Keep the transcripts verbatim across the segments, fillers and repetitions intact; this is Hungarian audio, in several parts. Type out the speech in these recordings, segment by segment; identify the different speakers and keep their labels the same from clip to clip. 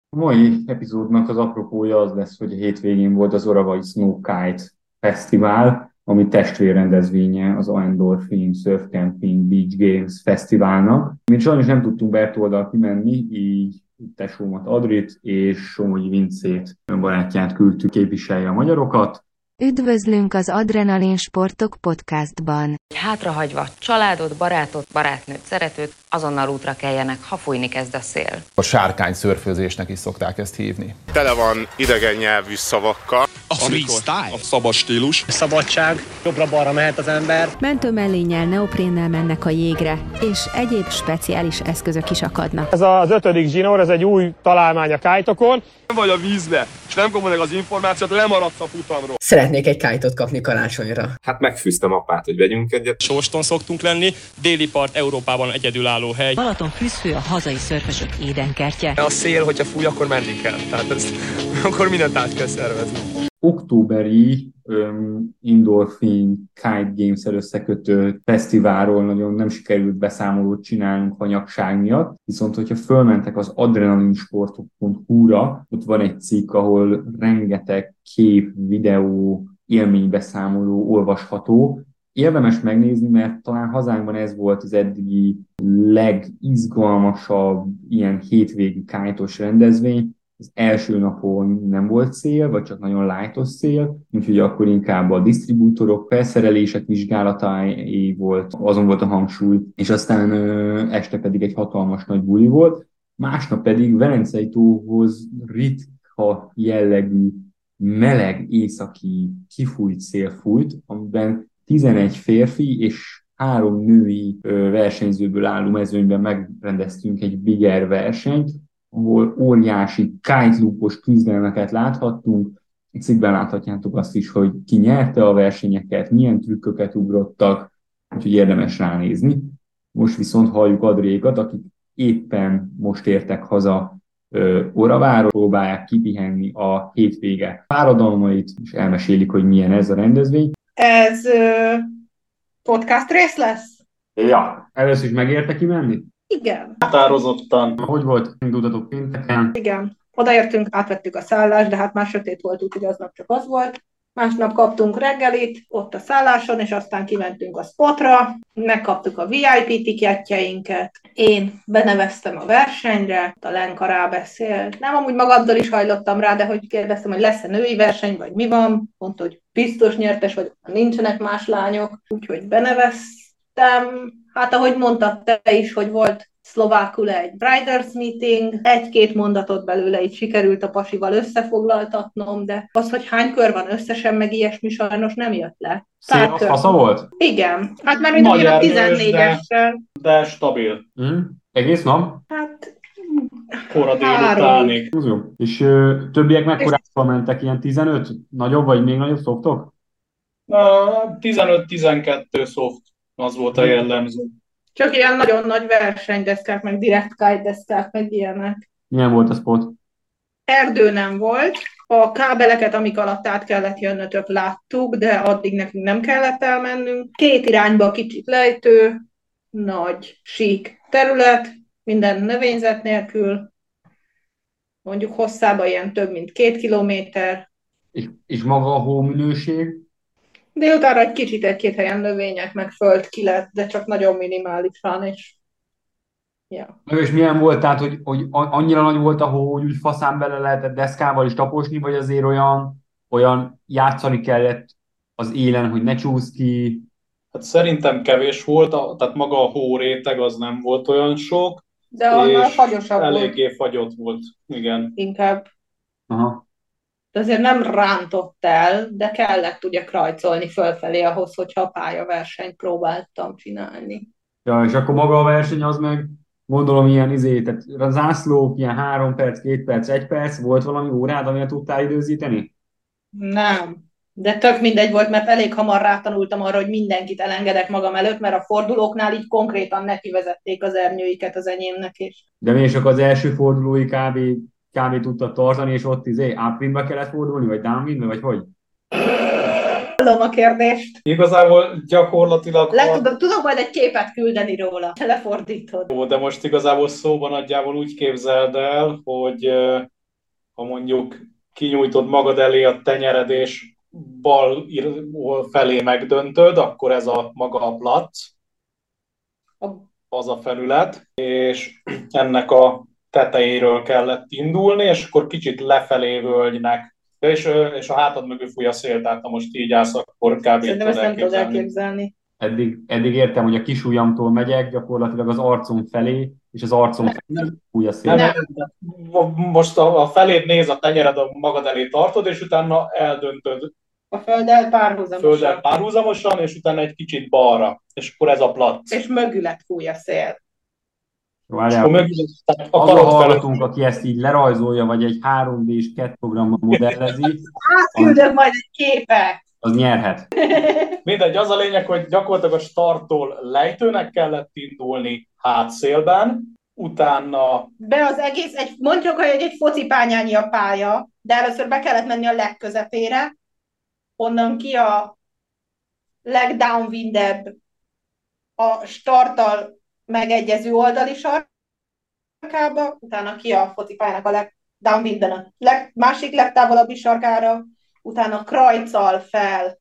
Speaker 1: A mai epizódnak az apropója az lesz, hogy a hétvégén volt az Oravai Snow Kite Fesztivál, ami testvérrendezvénye az Endorphin Surf Camping Beach Games Fesztiválnak. Mi sajnos nem tudtunk Bertoldal kimenni, így tesómat Adrit és Somogyi Vincét barátját küldtük képviselje a magyarokat.
Speaker 2: Üdvözlünk az Adrenalin Sportok podcastban.
Speaker 3: Hátrahagyva családot, barátot, barátnőt, szeretőt, azonnal útra keljenek, ha fújni kezd a szél.
Speaker 4: A sárkány szörfőzésnek is szokták ezt hívni.
Speaker 5: Tele van idegen nyelvű szavakkal.
Speaker 6: A freestyle, a szabad stílus,
Speaker 7: a szabadság, jobbra-balra mehet az ember.
Speaker 8: Mentőmellénnyel, neoprénnel mennek a jégre, és egyéb speciális eszközök is akadnak.
Speaker 7: Ez az ötödik zsinór, ez egy új találmány a kite-okon.
Speaker 6: vagy a vízbe, és nem kapod meg az információt, lemaradsz a futamról.
Speaker 9: Szeretnék egy kite-ot kapni karácsonyra.
Speaker 5: Hát megfűztem apát, hogy vegyünk egyet.
Speaker 7: Sóston szoktunk lenni, déli part Európában egyedülálló hely.
Speaker 10: Balaton fűzfő a hazai szörfösök édenkertje.
Speaker 6: A szél, hogyha fúj, akkor menni kell. Tehát ezt, akkor mindent át kell szervezni.
Speaker 1: Októberi um, Endorphin Kite Games-el összekötő fesztiválról nagyon nem sikerült beszámolót csinálnunk hanyagság miatt, viszont hogyha fölmentek az adrenalinsportok pont hu-ra, ott van egy cikk, ahol rengeteg kép, videó, élménybeszámoló olvasható. Érdemes megnézni, mert talán hazánkban ez volt az eddigi legizgalmasabb ilyen hétvégi kite-os rendezvény. Az első napon nem volt szél, vagy csak nagyon lightos szél, úgyhogy akkor inkább a disztribútorok, felszerelések vizsgálatai volt, azon volt a hangsúly, és aztán ö, este pedig egy hatalmas nagy buli volt. Másnap pedig Velencei tóhoz ritka jellegű, meleg északi kifújt szél fújt, amiben tizenegy férfi és három női ö, versenyzőből álló mezőnyben megrendeztünk egy Big Air versenyt, ahol óriási kite loopos küzdelmeket láthattunk. Egy cikkben láthatjátok azt is, hogy ki nyerte a versenyeket, milyen trükköket ugrottak, úgyhogy érdemes ránézni. Most viszont halljuk Adrékat, akik éppen most értek haza ö, Oraváról, próbálják kipihenni a hétvége fáradalmait, és elmesélik, hogy milyen ez a rendezvény.
Speaker 11: Ez ö, podcast rész lesz?
Speaker 1: Ja, először is megérte kimenni?
Speaker 11: Igen.
Speaker 1: Határozottan. Hogy volt? Indultatok pénteken?
Speaker 11: Igen. Odaértünk, átvettük a szállást, de hát már sötét volt, úgyhogy aznap csak az volt. Másnap kaptunk reggelit ott a szálláson, és aztán kimentünk a spotra, megkaptuk a vé i pé tiketjeinket. Én beneveztem a versenyre, a Lenka rábeszélt. Nem, amúgy magamtól is hajlottam rá, de hogy kérdeztem, hogy lesz-e női verseny, vagy mi van. Mondta, hogy biztos nyertes, vagy nincsenek más lányok, úgyhogy beneveztem. Hát ahogy mondtad te is, hogy volt szlovákul egy Riders Meeting, egy-két mondatot belőle így sikerült a pasival összefoglaltatnom, de az, hogy hány kör van összesen, meg ilyesmi sajnos nem jött le.
Speaker 1: Szél az fasza volt?
Speaker 11: Igen, hát már mint a tizennégyessel.
Speaker 12: De, de stabil.
Speaker 1: Mm. Egész nap?
Speaker 11: Hát
Speaker 12: Kora délutánig.
Speaker 1: És ö, többiek mekkorával mentek? Ilyen tizenöt? Nagyobb vagy még nagyobb szoftok?
Speaker 12: tizenöt-tizenkettő szoft, az volt a jellemző.
Speaker 11: Csak ilyen nagyon nagy versenydeszkák, meg direct kite deszkák, meg ilyenek.
Speaker 1: Milyen volt a spot?
Speaker 11: Erdő nem volt. A kábeleket, amik alatt át kellett jönnötök, láttuk, de addig nekünk nem kellett elmennünk. Két irányba kicsit lejtő, nagy, sík terület, minden növényzet nélkül. Mondjuk hosszában ilyen több mint két kilométer.
Speaker 1: És, és maga a hóminőség?
Speaker 11: Délutánra egy kicsit egy-két helyen növények, meg föld ki lett, de csak nagyon minimálisan, és ja.
Speaker 1: És milyen volt, tehát, hogy, hogy annyira nagy volt a hó, hogy úgy faszán bele lehetett deszkával is taposni, vagy azért olyan, olyan játszani kellett az élen, hogy ne csúsz ki?
Speaker 12: Hát szerintem kevés volt, a, tehát maga a hóréteg az nem volt olyan sok,
Speaker 11: de annál fagyosabb
Speaker 12: eléggé
Speaker 11: volt.
Speaker 12: fagyott volt, igen.
Speaker 11: Inkább.
Speaker 1: Aha.
Speaker 11: De azért nem rántott el, de kellett ugye krajcolni fölfelé ahhoz, hogyha a pályaversenyt próbáltam csinálni.
Speaker 1: Ja, és akkor maga a verseny az meg, gondolom ilyen izé, tehát a zászlók, ilyen három perc, két perc, egy perc, volt valami órád, amire tudtál időzíteni?
Speaker 11: Nem, de tök mindegy volt, mert elég hamar rátanultam arra, hogy mindenkit elengedek magam előtt, mert a fordulóknál így konkrétan nekivezették az ernyőiket az enyémnek is.
Speaker 1: De mi is akkor az első fordulói kb. kb. Tudtad tartani, és ott izé upwindbe kellett fordulni, vagy downwindbe, vagy hogy?
Speaker 11: Hallom a kérdést.
Speaker 12: Igazából gyakorlatilag...
Speaker 11: Le, tudom, tudom majd egy képet küldeni róla, lefordítod.
Speaker 12: De most igazából szóban nagyjából úgy képzeld el, hogy ha mondjuk kinyújtod magad elé a tenyered, és bal felé megdöntöd, akkor ez a maga a plac, az a felület, és ennek a tetejéről kellett indulni, és akkor kicsit lefelé völgynek. És, és a hátad mögül fúj a szél, tehát ha most így állsz, akkor kb.
Speaker 11: Szerintem ezt nem tudod
Speaker 12: elképzelni.
Speaker 11: elképzelni.
Speaker 1: Eddig, eddig értem, hogy a kisujjamtól megyek gyakorlatilag az arcom felé, és az arcom felé fúj a szél.
Speaker 12: Nem, nem. Most a, a feléd néz, a tenyered a magad elé tartod, és utána eldöntöd
Speaker 11: A földdel párhuzamosan.
Speaker 12: földdel párhuzamosan, és utána egy kicsit balra, és akkor ez a plac.
Speaker 11: És mögület fúj a szél.
Speaker 1: Várjál,
Speaker 12: Akkor mögül, tehát a
Speaker 1: az a
Speaker 12: karod
Speaker 1: hallgatónk,
Speaker 12: felé.
Speaker 1: aki ezt így lerajzolja, vagy egy három dés cé á té programban modellezi,
Speaker 11: Átküldök majd egy képet.
Speaker 1: az nyerhet.
Speaker 12: Mindegy, az a lényeg, hogy gyakorlatilag a starttól lejtőnek kellett indulni hátszélben, utána
Speaker 11: Be az egész, egy, mondjuk, hogy egy, egy focipányányi a pálya, de először be kellett menni a legközepére, onnan ki a legdownwindebb a starttal megegyező oldali sarkába, utána ki a focipályának a legdownwinden a leg, másik legtávolabbi sarkára, utána krajccal fel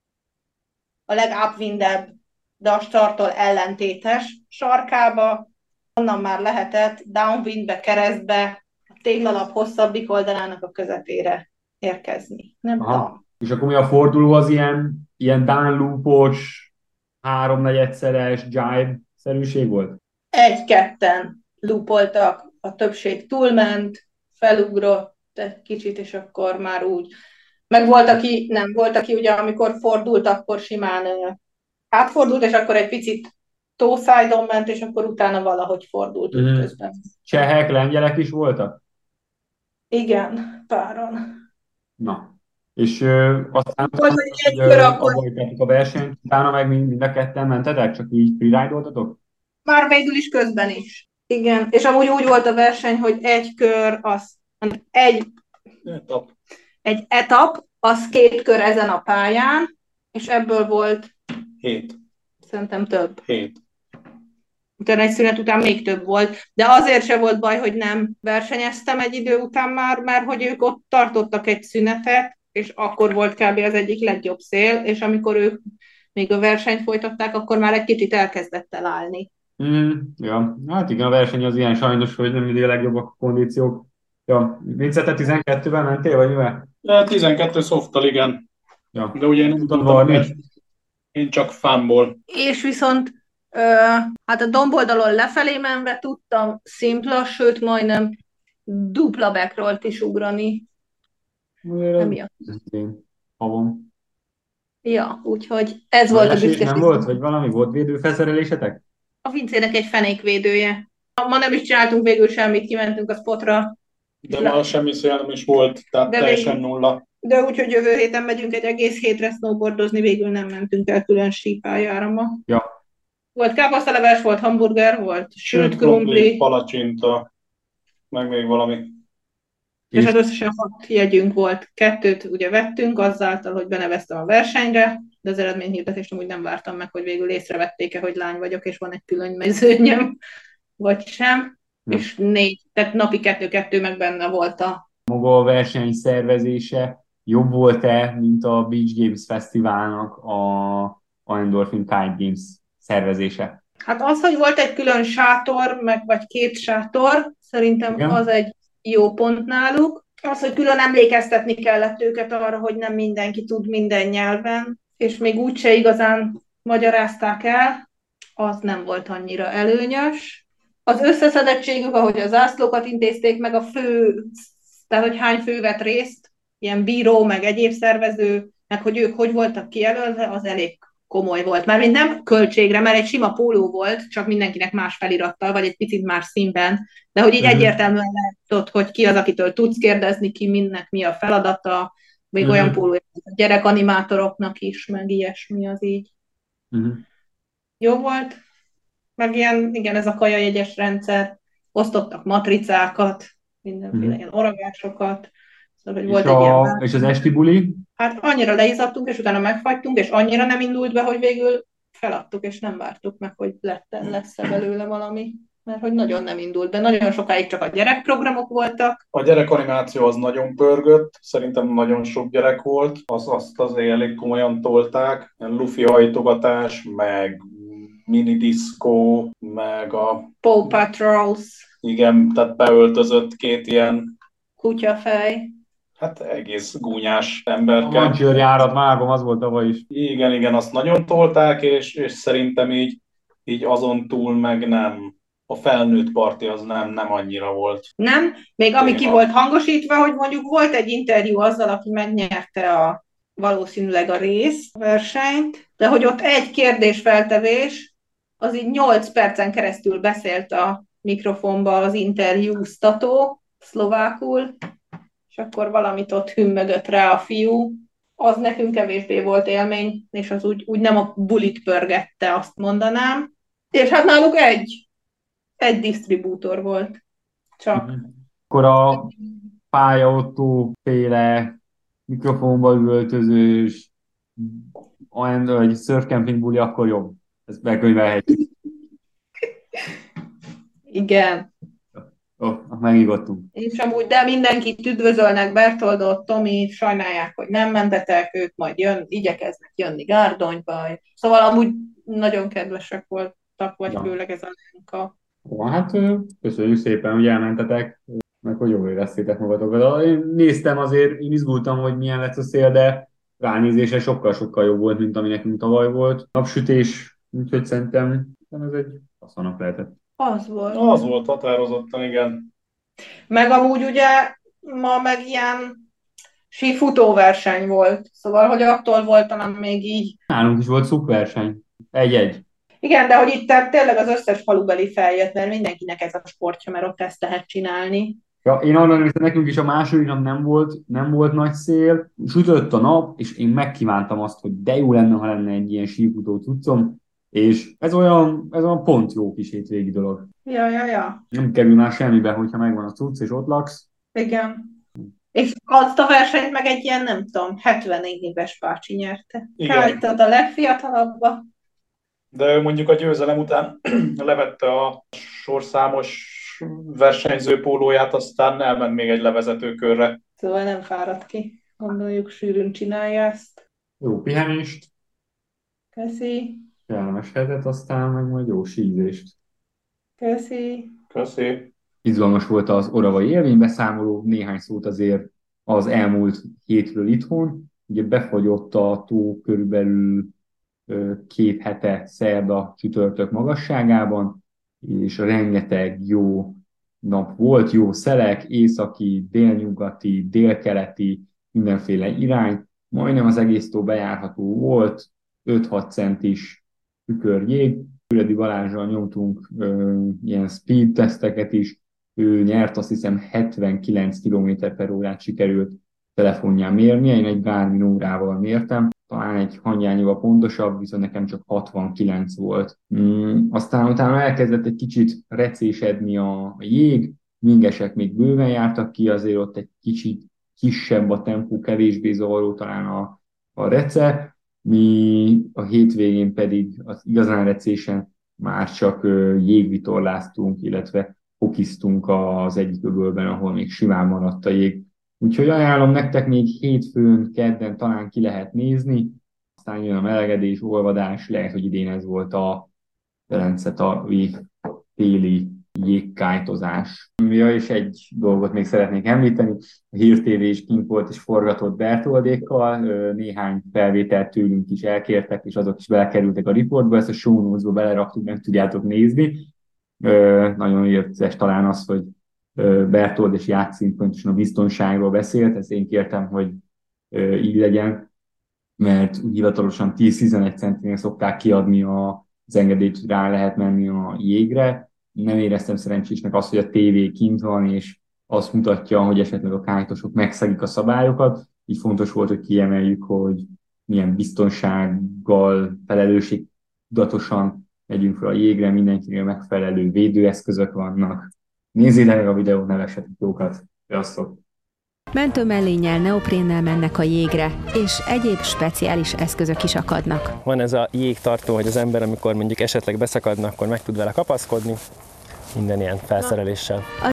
Speaker 11: a legupwindebb, de a starttól ellentétes sarkába, onnan már lehetett downwindbe, keresztbe, a téglalap hosszabbik oldalának a közepére érkezni. Nem
Speaker 1: Aha.
Speaker 11: tudom.
Speaker 1: És akkor mi a forduló az ilyen, ilyen downloopos, háromnegyedszeres jive-szerűség volt?
Speaker 11: Egy-ketten loopoltak, a többség túlment, felugrott egy kicsit, és akkor már úgy. Meg volt, aki nem volt, aki ugye amikor fordult, akkor simán ö, átfordult, és akkor egy picit toe-side-on ment, és akkor utána valahogy fordult
Speaker 1: Mhm.
Speaker 11: úgy közben.
Speaker 1: Csehek, lengyelek is voltak?
Speaker 11: Igen, páron.
Speaker 1: Na. És ö, aztán,
Speaker 11: Volt, hogy egy
Speaker 1: hogy
Speaker 11: kör
Speaker 1: ö,
Speaker 11: akkor-
Speaker 1: abba hagytátok a versenyt, utána meg mind, mind a ketten mentetek, csak így freeride-oltatok?
Speaker 11: Már végül is közben is. Igen, és amúgy úgy volt a verseny, hogy egy kör, az egy,
Speaker 12: etap.
Speaker 11: egy etap, az két kör ezen a pályán, és ebből volt
Speaker 12: Hét.
Speaker 11: szerintem több.
Speaker 12: Hét.
Speaker 11: Utána egy szünet után még több volt, de azért se volt baj, hogy nem versenyeztem egy idő után már, mert hogy ők ott tartottak egy szünetet, és akkor volt kb. Az egyik legjobb szél, és amikor ők még a versenyt folytatták, akkor már egy kicsit elkezdett elállni.
Speaker 1: Mm, ja, hát igen, a verseny az ilyen sajnos, hogy nem mindig a legjobbak a kondíciók. Ja, Vince, te tizenkettőben mentél, vagy mivel?
Speaker 12: De tizenkettő softtal, igen.
Speaker 1: Ja.
Speaker 12: De ugye én nem
Speaker 1: Tudod
Speaker 12: tudtam,
Speaker 1: varni?
Speaker 12: hogy én csak fánból.
Speaker 11: És viszont ö, hát a domboldalon lefelé menve tudtam szimpla, sőt majdnem dupla backroll-t is ugrani. Emiatt.
Speaker 1: Én havon.
Speaker 11: Ja, úgyhogy ez volt a
Speaker 1: Esés
Speaker 11: büszkeség.
Speaker 1: nem volt, vagy valami? Volt védőfelszerelésetek?
Speaker 11: A Vincének egy fenékvédője. Ma nem is csináltunk végül semmit, kimentünk a spotra,
Speaker 12: De ma semmi szél nem is volt, tehát
Speaker 11: De
Speaker 12: teljesen
Speaker 11: végül-
Speaker 12: nulla.
Speaker 11: de úgyhogy jövő héten megyünk egy egész hétre snowboardozni, végül nem mentünk el külön sípályára ma.
Speaker 1: Ja.
Speaker 11: Volt káposztaleves, volt hamburger, volt sült krumpli,
Speaker 12: palacsinta, meg még valami.
Speaker 11: és hát összesen hat jegyünk volt. Kettőt ugye vettünk azáltal, hogy beneveztem a versenyre, de az eredményhirdetést amúgy nem vártam meg, hogy végül észrevették-e, hogy lány vagyok, és van egy külön mezőnyöm, vagy sem.
Speaker 1: Hm.
Speaker 11: És négy, tehát napi kettő-kettő meg benne volt a
Speaker 1: Maga a verseny szervezése jobb volt-e, mint a Beach Games Fesztiválnak a, a Endorphin Kite Games szervezése?
Speaker 11: Hát az, hogy volt egy külön sátor, meg vagy két sátor, szerintem
Speaker 1: Igen.
Speaker 11: az egy jó pont náluk. Az, hogy külön emlékeztetni kellett őket arra, hogy nem mindenki tud minden nyelven, és még úgyse igazán magyarázták el, az nem volt annyira előnyös. Az összeszedettségük, ahogy a zászlókat intézték, meg a fő, tehát hogy hány fő vett részt, ilyen bíró, meg egyéb szervező, meg hogy ők hogy voltak kijelölve, az elég komoly volt. Mármint nem költségre, mert egy sima póló volt, csak mindenkinek más felirattal, vagy egy picit más színben, de hogy így
Speaker 1: Mhm.
Speaker 11: egyértelműen látod, hogy ki az, akitől tudsz kérdezni, ki mindnek mi a feladata, még
Speaker 1: Mhm.
Speaker 11: olyan póló, a gyerekanimátoroknak is, meg ilyesmi az így.
Speaker 1: Uh-huh.
Speaker 11: Jó volt, meg ilyen, igen, ez a kajajegyes rendszer, osztottak matricákat, mindenféle
Speaker 1: Mhm.
Speaker 11: ilyen oragásokat, szóval, hogy
Speaker 1: És,
Speaker 11: volt egy ilyen
Speaker 1: a,
Speaker 11: bár-
Speaker 1: és az esti buli?
Speaker 11: Hát annyira leizzadtunk, és utána megfagytunk, és annyira nem indult be, hogy végül feladtuk, és nem vártuk meg, hogy lett, lesz-e belőle valami. mert hogy nagyon nem indult be. Nagyon sokáig csak a gyerekprogramok voltak.
Speaker 12: A gyerekanimáció az nagyon pörgött, szerintem nagyon sok gyerek volt, az, azt azért elég komolyan tolták. Luffy hajtogatás, meg mini diszkó, meg a...
Speaker 11: Paw Patrols.
Speaker 12: Igen, tehát beöltözött két ilyen...
Speaker 11: kutyafej.
Speaker 12: Hát egész gúnyás emberke.
Speaker 1: A mancsőrjárat mágom, az volt tavaly is.
Speaker 12: Igen, igen, azt nagyon tolták, és, és szerintem így, így azon túl meg nem. A felnőtt parti az nem, nem annyira volt.
Speaker 11: Nem? Még ami ki volt hangosítva, hogy mondjuk volt egy interjú azzal, aki megnyerte a, valószínűleg a rész a versenyt, de hogy ott egy kérdésfeltevés, az így nyolc percen keresztül beszélt a mikrofonba az interjúztató, szlovákul, és akkor valamit ott hümmögött rá a fiú. Az nekünk kevésbé volt élmény, és az úgy, úgy nem a bulit pörgette, azt mondanám. És hát náluk egy, egy disztribútor volt. Csak.
Speaker 1: Akkor a pályaottó féle mikrofonba üvöltözős, olyan, egy surfcamping buli, akkor jobb. Ez megkönyvelhetjük.
Speaker 11: Igen.
Speaker 1: Ó, oh, megnyugodtunk.
Speaker 11: És amúgy, de mindenkit üdvözölnek, Bertoldot, Tomi, sajnálják, hogy nem mentetek, ők majd jön, igyekeznek jönni Gárdonyba. Szóval amúgy nagyon kedvesek voltak, vagy ja. Főleg ez a Lenka.
Speaker 1: Hát köszönjük szépen, hogy elmentetek, meg hogy jól éreztétek magatokat. Én néztem azért, én izgultam, hogy milyen lesz a szél, de ránézésre sokkal-sokkal jobb volt, mint ami nekünk tavaly volt. Napsütés, úgyhogy szerintem ez egy faszanap lehetett.
Speaker 11: Az volt.
Speaker 12: Az volt határozottan, igen.
Speaker 11: Meg amúgy ugye ma meg ilyen sífutóverseny volt, szóval hogy attól volt talán még így.
Speaker 1: Nálunk is volt szukverseny. Egy-egy.
Speaker 11: Igen, de hogy itt tényleg az összes falubeli feljött, mert mindenkinek ez a sportja, mert ott ezt lehet csinálni.
Speaker 1: Ja, én arra néztem, nekünk is a második nap nem volt, nem volt nagy szél, sütött a nap, és én megkívántam azt, hogy de jó lenne, ha lenne egy ilyen sífutó cuccom, és ez olyan, ez olyan pont jó kis hétvégi dolog.
Speaker 11: Ja, ja, ja.
Speaker 1: Nem kerül már semmibe, hogyha megvan a cucc, és ott laksz.
Speaker 11: Igen. És azt a versenyt meg egy ilyen, nem tudom, hetvennégy éves bácsi nyerte. Kállítad a legfiatalabbba.
Speaker 12: De ő mondjuk a győzelem után levette a sorszámos versenyző pólóját, aztán elment még egy levezetőkörre.
Speaker 11: Szóval nem fáradt ki. Gondoljuk, sűrűn csinálja ezt.
Speaker 1: Jó pihenést.
Speaker 11: Köszi.
Speaker 1: Kellemes hetet, aztán meg majd jó sízést.
Speaker 11: Köszi.
Speaker 12: Köszi.
Speaker 1: Izgalmas volt az oravai élménybeszámoló, néhány szót azért az elmúlt hétről itthon. Ugye befagyott a tó körülbelül két hete szerda csütörtök magasságában, és rengeteg jó nap volt, jó szelek, északi, délnyugati, délkeleti, mindenféle irány. Majdnem az egész tó bejárható volt, öt-hat centis tükörjég. Füredi Balázsral nyomtunk ö, ilyen speed teszteket is, ő nyert, azt hiszem hetvenkilenc kilométer per órát sikerült telefonján mérnie, én egy Garmin órával mértem, talán egy hangyányival pontosabb, viszont nekem csak hatvankilenc volt. Mm, aztán utána elkezdett egy kicsit recésedni a jég, mingesek még bőven jártak ki, azért ott egy kicsit kisebb a tempó, kevésbé zavaró talán a, a rece, mi a hétvégén pedig az igazán recésen már csak jégvitorláztunk, illetve hokiztunk az egyik öbölben, ahol még simán maradt a jég. Úgyhogy ajánlom nektek, még hétfőn, kedden talán ki lehet nézni, aztán jön a melegedés, olvadás, lehet, hogy idén ez volt a Velence-tavi téli jégkájtozás. Ja, és egy dolgot még szeretnék említeni, a Hír té vé is kint volt és forgatott Bertoldékkal, néhány felvételt tőlünk is elkértek, és azok is belekerültek a riportba, ezt a show notes-ba beleraktuk, meg tudjátok nézni. Nagyon értes talán az, hogy Bertold és Játszint pontosan a biztonságról beszélt, ezt én kértem, hogy így legyen, mert hivatalosan tíz-tizenegy centinél szokták kiadni az engedélyt, hogy rá lehet menni a jégre. Nem éreztem szerencsésnek azt, hogy a tévé kint van, és azt mutatja, hogy esetleg a kájtosok megszegik a szabályokat. Így fontos volt, hogy kiemeljük, hogy milyen biztonsággal, felelősségtudatosan megyünk fel a jégre, mindenkinél megfelelő védőeszközök vannak. Nézzétek meg a videót, nevessetek jókat. Sziasztok!
Speaker 8: Mentőmellénnyel, neoprénnel mennek a jégre, és egyéb speciális eszközök is akadnak.
Speaker 7: Van ez a jégtartó, hogy az ember, amikor mondjuk esetleg beszakadna, akkor meg tud vele kapaszkodni.
Speaker 13: minden ilyen felszereléssel.